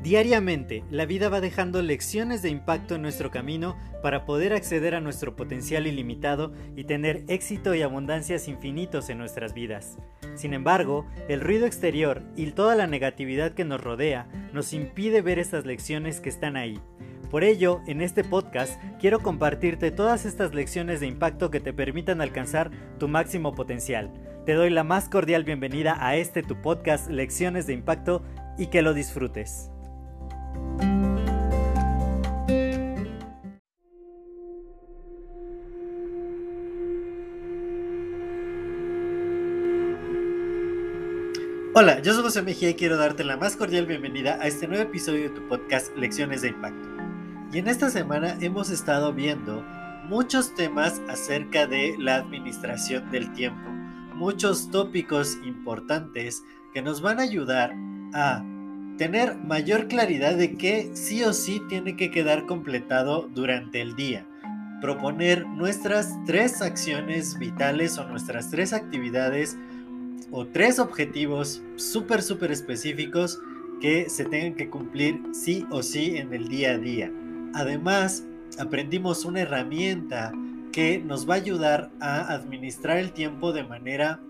Diariamente, la vida va dejando lecciones de impacto en nuestro camino para poder acceder a nuestro potencial ilimitado y tener éxito y abundancias infinitos en nuestras vidas. Sin embargo, el ruido exterior y toda la negatividad que nos rodea nos impide ver estas lecciones que están ahí. Por ello, en este podcast quiero compartirte todas estas lecciones de impacto que te permitan alcanzar tu máximo potencial. Te doy la más cordial bienvenida a tu podcast Lecciones de Impacto y que lo disfrutes. Hola, yo soy José Mejía y quiero darte la más cordial bienvenida a este nuevo episodio de tu podcast Lecciones de Impacto. Y en esta semana hemos estado viendo muchos temas acerca de la administración del tiempo, muchos tópicos importantes que nos van a ayudar a tener mayor claridad de qué sí o sí tiene que quedar completado durante el día. Proponer nuestras 3 acciones vitales o nuestras 3 actividades o 3 objetivos súper específicos que se tengan que cumplir sí o sí en el día a día. Además, aprendimos una herramienta que nos va a ayudar a administrar el tiempo de manera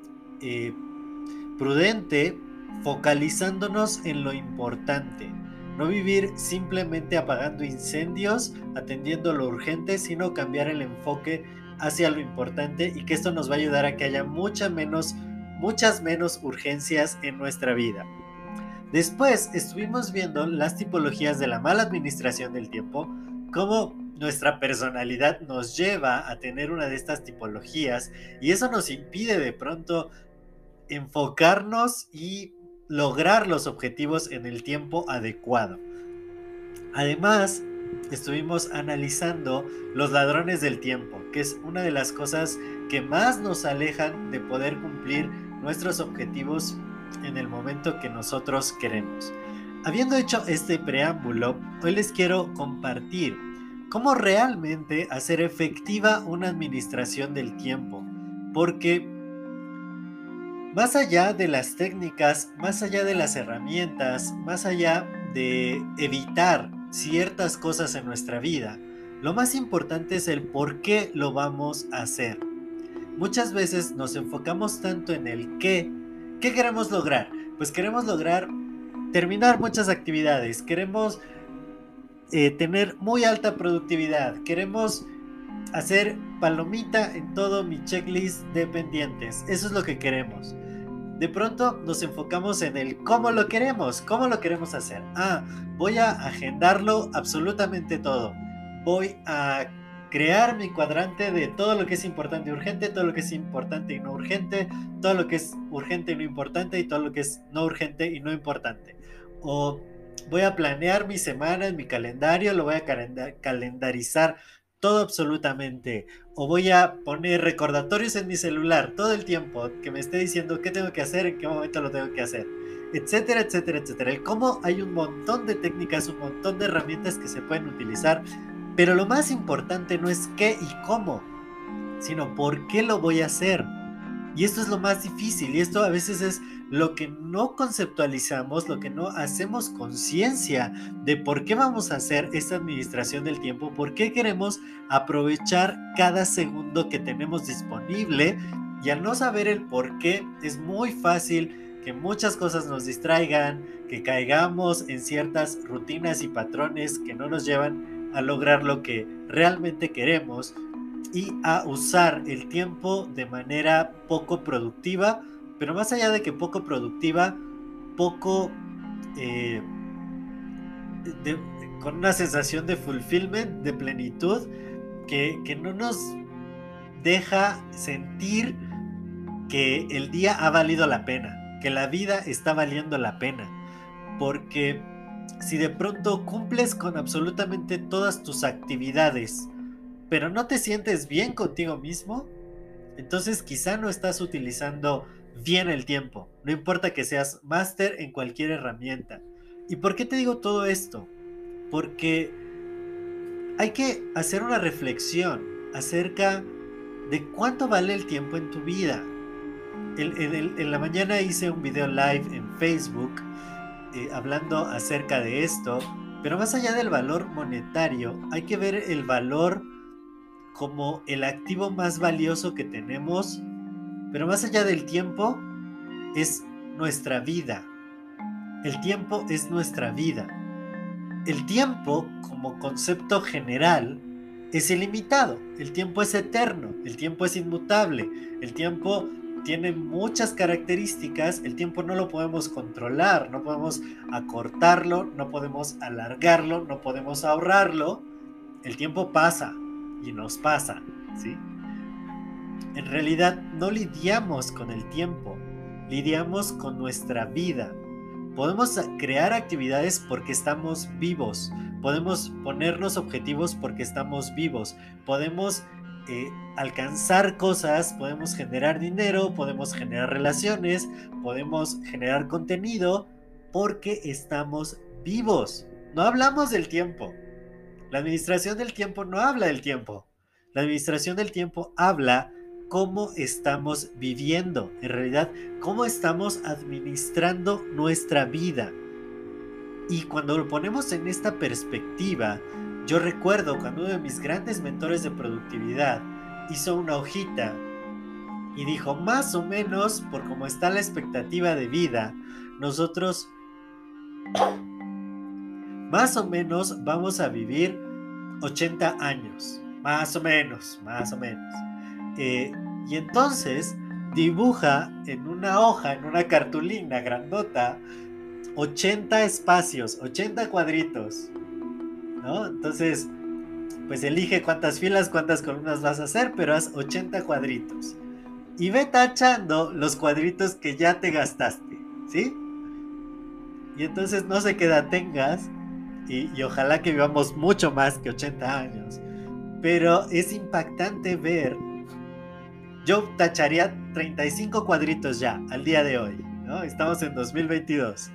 prudente, focalizándonos en lo importante. No vivir simplemente apagando incendios, atendiendo lo urgente, sino cambiar el enfoque hacia lo importante, y que esto nos va a ayudar a que haya muchas menos urgencias en nuestra vida. Después estuvimos viendo las tipologías de la mala administración del tiempo, cómo nuestra personalidad nos lleva a tener una de estas tipologías y eso nos impide de pronto enfocarnos y lograr los objetivos en el tiempo adecuado. Además, estuvimos analizando los ladrones del tiempo, que es una de las cosas que más nos alejan de poder cumplir nuestros objetivos en el momento que nosotros queremos. Habiendo hecho este preámbulo, hoy les quiero compartir cómo realmente hacer efectiva una administración del tiempo, porque más allá de las técnicas, más allá de las herramientas, más allá de evitar ciertas cosas en nuestra vida, lo más importante es el por qué lo vamos a hacer. Muchas veces nos enfocamos tanto en el qué queremos lograr. Pues queremos lograr terminar muchas actividades, queremos tener muy alta productividad, queremos hacer palomita en todo mi checklist de pendientes. Eso es lo que queremos. De pronto nos enfocamos en el cómo lo queremos hacer. Voy a agendarlo absolutamente todo. Voy a crear mi cuadrante de todo lo que es importante y urgente, todo lo que es importante y no urgente, todo lo que es urgente y no importante, y todo lo que es no urgente y no importante. O voy a planear mi semana en mi calendario, lo voy a calendarizar todo absolutamente. O voy a poner recordatorios en mi celular todo el tiempo que me esté diciendo qué tengo que hacer, en qué momento lo tengo que hacer, etcétera, etcétera, etcétera. El cómo, hay un montón de técnicas, un montón de herramientas que se pueden utilizar, pero lo más importante no es qué y cómo, sino por qué lo voy a hacer. Y esto es lo más difícil, y esto a veces es lo que no conceptualizamos, lo que no hacemos conciencia de por qué vamos a hacer esta administración del tiempo, por qué queremos aprovechar cada segundo que tenemos disponible. Y al no saber el por qué, es muy fácil que muchas cosas nos distraigan, que caigamos en ciertas rutinas y patrones que no nos llevan a lograr lo que realmente queremos, y a usar el tiempo de manera poco productiva, pero más allá de que poco productiva, con una sensación de fulfillment, de plenitud, que no nos deja sentir que el día ha valido la pena, que la vida está valiendo la pena. Porque si de pronto cumples con absolutamente todas tus actividades, pero no te sientes bien contigo mismo, entonces quizá no estás utilizando bien el tiempo. No importa que seas máster en cualquier herramienta. ¿Y por qué te digo todo esto? Porque hay que hacer una reflexión acerca de cuánto vale el tiempo en tu vida. En la mañana hice un video live en Facebook hablando acerca de esto, pero más allá del valor monetario, hay que ver el valor como el activo más valioso que tenemos, pero más allá del tiempo, es nuestra vida. El tiempo es nuestra vida. El tiempo, como concepto general, es ilimitado. El tiempo es eterno. El tiempo es inmutable. El tiempo tiene muchas características. El tiempo no lo podemos controlar. No podemos acortarlo. No podemos alargarlo. No podemos ahorrarlo. El tiempo pasa y nos pasa, ¿sí? En realidad no lidiamos con el tiempo. Lidiamos con nuestra vida. Podemos crear actividades porque estamos vivos. Podemos ponernos objetivos porque estamos vivos. Podemos alcanzar cosas, podemos generar dinero, podemos generar relaciones, podemos generar contenido porque estamos vivos. No hablamos del tiempo. La administración del tiempo no habla del tiempo. La administración del tiempo habla cómo estamos viviendo, en realidad, cómo estamos administrando nuestra vida. Y cuando lo ponemos en esta perspectiva, yo recuerdo cuando uno de mis grandes mentores de productividad hizo una hojita y dijo, más o menos, por cómo está la expectativa de vida, nosotros más o menos vamos a vivir 80 años, más o menos, más o menos. Y entonces dibuja en una hoja, en una cartulina grandota, 80 espacios, 80 cuadritos, ¿no? Entonces, pues elige cuántas filas, cuántas columnas vas a hacer, pero haz 80 cuadritos. Y ve tachando los cuadritos que ya te gastaste, ¿sí? Y entonces no sé qué edad tengas, y ojalá que vivamos mucho más que 80 años, pero es impactante ver. Yo tacharía 35 cuadritos ya, al día de hoy, ¿no? Estamos en 2022.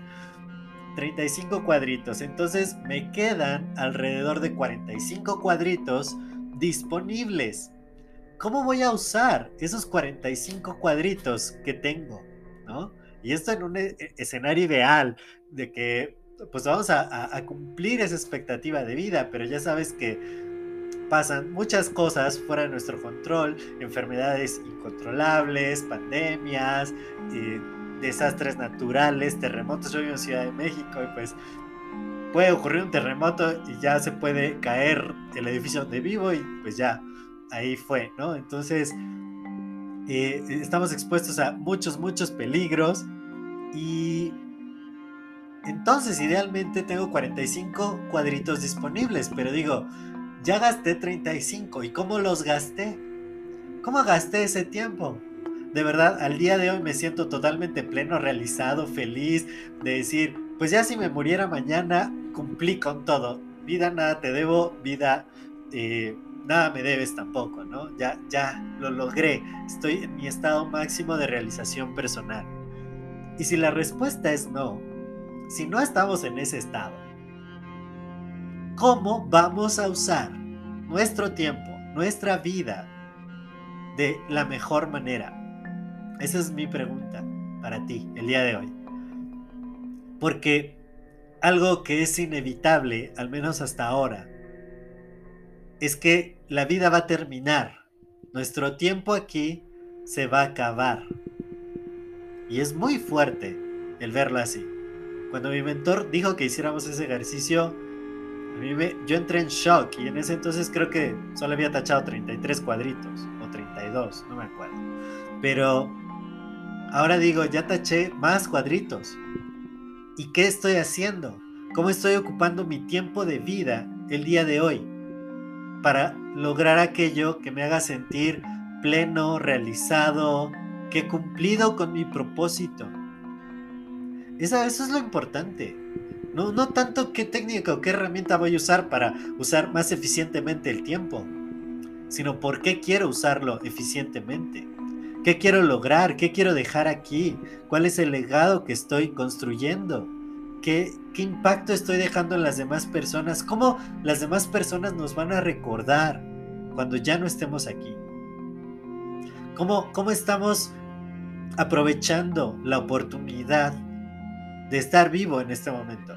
35 cuadritos. Entonces me quedan alrededor de 45 cuadritos disponibles. ¿Cómo voy a usar esos 45 cuadritos que tengo, ¿no? Y esto en un escenario ideal de que pues vamos a cumplir esa expectativa de vida, pero ya sabes que pasan muchas cosas fuera de nuestro control, enfermedades incontrolables, pandemias, desastres naturales, terremotos. Yo vivo en Ciudad de México y pues puede ocurrir un terremoto y ya se puede caer el edificio donde vivo y pues ya, ahí fue, ¿no? Entonces, estamos expuestos a muchos, muchos peligros y entonces idealmente tengo 45 cuadritos disponibles, pero digo, ya gasté 35. ¿Y cómo los gasté? ¿Cómo gasté ese tiempo? De verdad, al día de hoy me siento totalmente pleno, realizado, feliz de decir, pues ya si me muriera mañana, cumplí con todo. Vida, nada te debo, vida, nada me debes tampoco, ¿no? Ya lo logré. Estoy en mi estado máximo de realización personal. Y si la respuesta es no, si no estamos en ese estado, ¿cómo vamos a usar nuestro tiempo, nuestra vida de la mejor manera? Esa es mi pregunta para ti el día de hoy. Porque algo que es inevitable, al menos hasta ahora, es que la vida va a terminar. Nuestro tiempo aquí se va a acabar. Y es muy fuerte el verlo así. Cuando mi mentor dijo que hiciéramos ese ejercicio, yo entré en shock y en ese entonces creo que solo había tachado 33 cuadritos o 32, no me acuerdo. Pero ahora digo, ya taché más cuadritos. ¿Y qué estoy haciendo? ¿Cómo estoy ocupando mi tiempo de vida el día de hoy para lograr aquello que me haga sentir pleno, realizado, que he cumplido con mi propósito? Eso es lo importante. No tanto qué técnica o qué herramienta voy a usar para usar más eficientemente el tiempo, sino por qué quiero usarlo eficientemente. ¿Qué quiero lograr? ¿Qué quiero dejar aquí? ¿Cuál es el legado que estoy construyendo? ¿Qué impacto estoy dejando en las demás personas? ¿Cómo las demás personas nos van a recordar cuando ya no estemos aquí? ¿Cómo estamos aprovechando la oportunidad de estar vivo en este momento.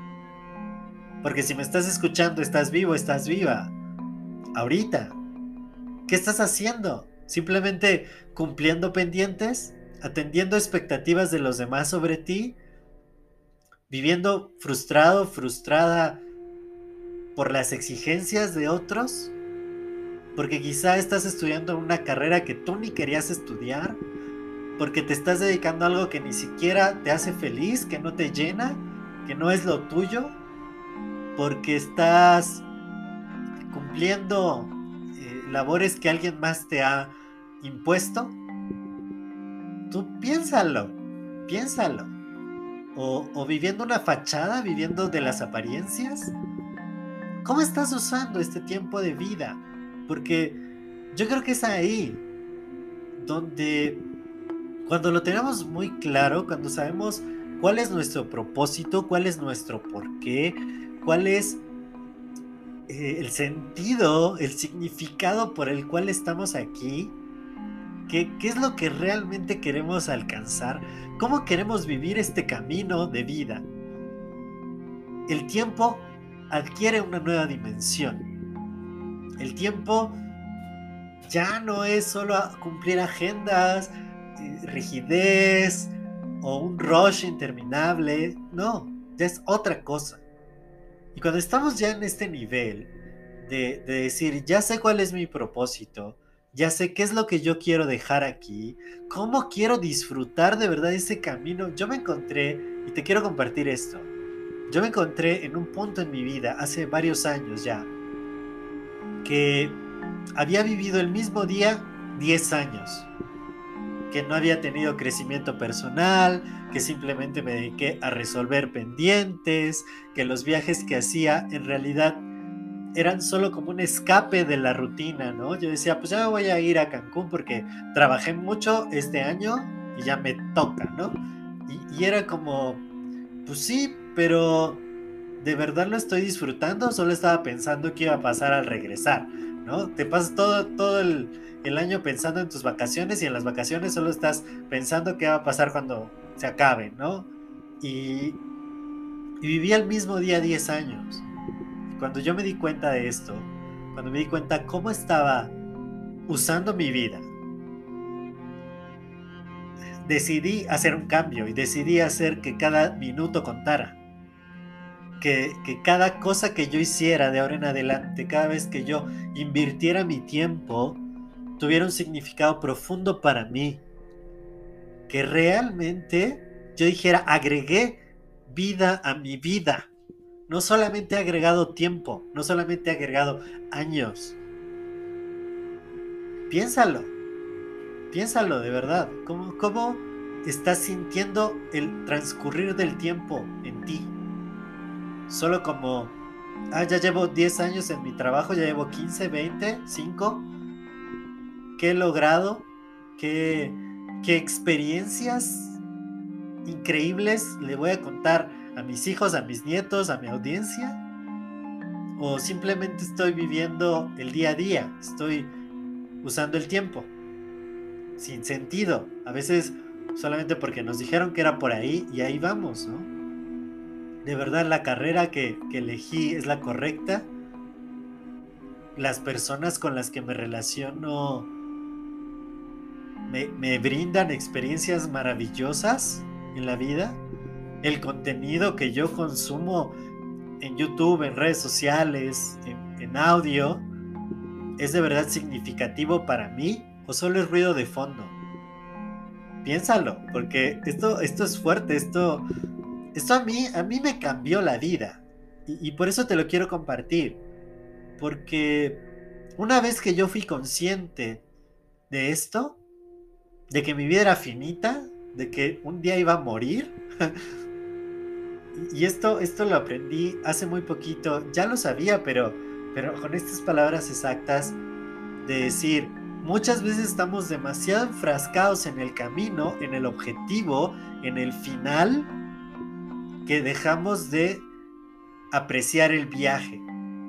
Porque si me estás escuchando, estás vivo, estás viva. Ahorita. ¿Qué estás haciendo? ¿Simplemente cumpliendo pendientes? ¿Atendiendo expectativas de los demás sobre ti? ¿Viviendo frustrado, frustrada por las exigencias de otros? Porque quizá estás estudiando una carrera que tú ni querías estudiar. Porque te estás dedicando a algo que ni siquiera te hace feliz, que no te llena, que no es lo tuyo. Porque estás cumpliendo labores que alguien más te ha impuesto. Tú piénsalo, piénsalo. O viviendo una fachada, viviendo de las apariencias. ¿Cómo estás usando este tiempo de vida? Porque yo creo que es ahí donde, cuando lo tenemos muy claro, cuando sabemos cuál es nuestro propósito, cuál es nuestro porqué, cuál es el sentido, el significado por el cual estamos aquí, ¿qué es lo que realmente queremos alcanzar? ¿Cómo queremos vivir este camino de vida? El tiempo adquiere una nueva dimensión. El tiempo ya no es solo cumplir agendas, rigidez o un rush interminable. No, ya es otra cosa. Y cuando estamos ya en este nivel de decir, ya sé cuál es mi propósito, ya sé qué es lo que yo quiero dejar aquí, cómo quiero disfrutar de verdad ese camino, yo me encontré, y te quiero compartir esto, yo me encontré en un punto en mi vida, hace varios años ya, que había vivido el mismo día 10 años, que no había tenido crecimiento personal, que simplemente me dediqué a resolver pendientes, que los viajes que hacía en realidad eran solo como un escape de la rutina, ¿no? Yo decía, pues ya me voy a ir a Cancún porque trabajé mucho este año y ya me toca, ¿no? Y era como, pues sí, pero ¿de verdad lo estoy disfrutando? Solo estaba pensando qué iba a pasar al regresar, ¿no? Te pasas todo el año pensando en tus vacaciones y en las vacaciones solo estás pensando qué va a pasar cuando se acaben, ¿no? Y viví el mismo día 10 años. Y cuando yo me di cuenta de esto, cuando me di cuenta cómo estaba usando mi vida, decidí hacer un cambio y decidí hacer que cada minuto contara. Que cada cosa que yo hiciera de ahora en adelante, cada vez que yo invirtiera mi tiempo, tuviera un significado profundo para mí. Que realmente yo dijera, agregué vida a mi vida. No solamente he agregado tiempo, no solamente he agregado años. Piénsalo, piénsalo de verdad. ¿Cómo estás sintiendo el transcurrir del tiempo en ti? Solo como, ya llevo 10 años en mi trabajo, ya llevo 15, 20, 5. ¿Qué he logrado? ¿Qué, qué experiencias increíbles le voy a contar a mis hijos, a mis nietos, a mi audiencia? ¿O simplemente estoy viviendo el día a día? Estoy usando el tiempo sin sentido. A veces solamente porque nos dijeron que era por ahí y ahí vamos, ¿no? ¿De verdad la carrera que elegí es la correcta? ¿Las personas con las que me relaciono me brindan experiencias maravillosas en la vida? ¿El contenido que yo consumo en YouTube, en redes sociales, en audio, es de verdad significativo para mí o solo es ruido de fondo? Piénsalo, porque esto es fuerte, esto a mí me cambió la vida y por eso te lo quiero compartir, porque una vez que yo fui consciente de esto, de que mi vida era finita, de que un día iba a morir, y esto lo aprendí hace muy poquito, ya lo sabía, pero con estas palabras exactas de decir, muchas veces estamos demasiado enfrascados en el camino, en el objetivo, en el final, que dejamos de apreciar el viaje.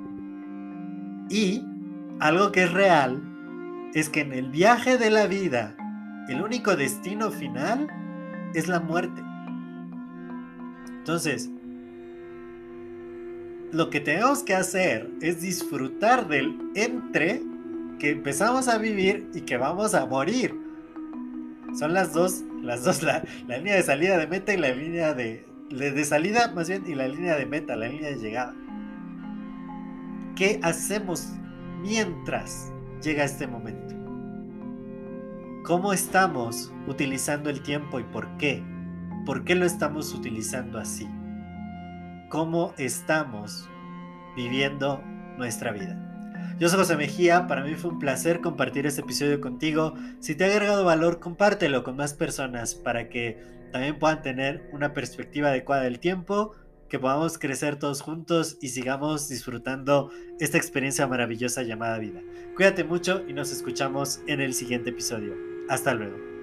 Y algo que es real es que en el viaje de la vida, el único destino final es la muerte. Entonces, lo que tenemos que hacer es disfrutar del entre que empezamos a vivir y que vamos a morir. Son las dos, la línea de salida de meta y la línea de salida más bien, y la línea de meta, la línea de llegada. ¿Qué hacemos mientras llega este momento? ¿Cómo estamos utilizando el tiempo y por qué? ¿Por qué lo estamos utilizando así? ¿Cómo estamos viviendo nuestra vida? Yo soy José Mejía, para mí fue un placer compartir este episodio contigo. Si te ha agregado valor, compártelo con más personas para que también puedan tener una perspectiva adecuada del tiempo, que podamos crecer todos juntos y sigamos disfrutando esta experiencia maravillosa llamada vida. Cuídate mucho y nos escuchamos en el siguiente episodio. Hasta luego.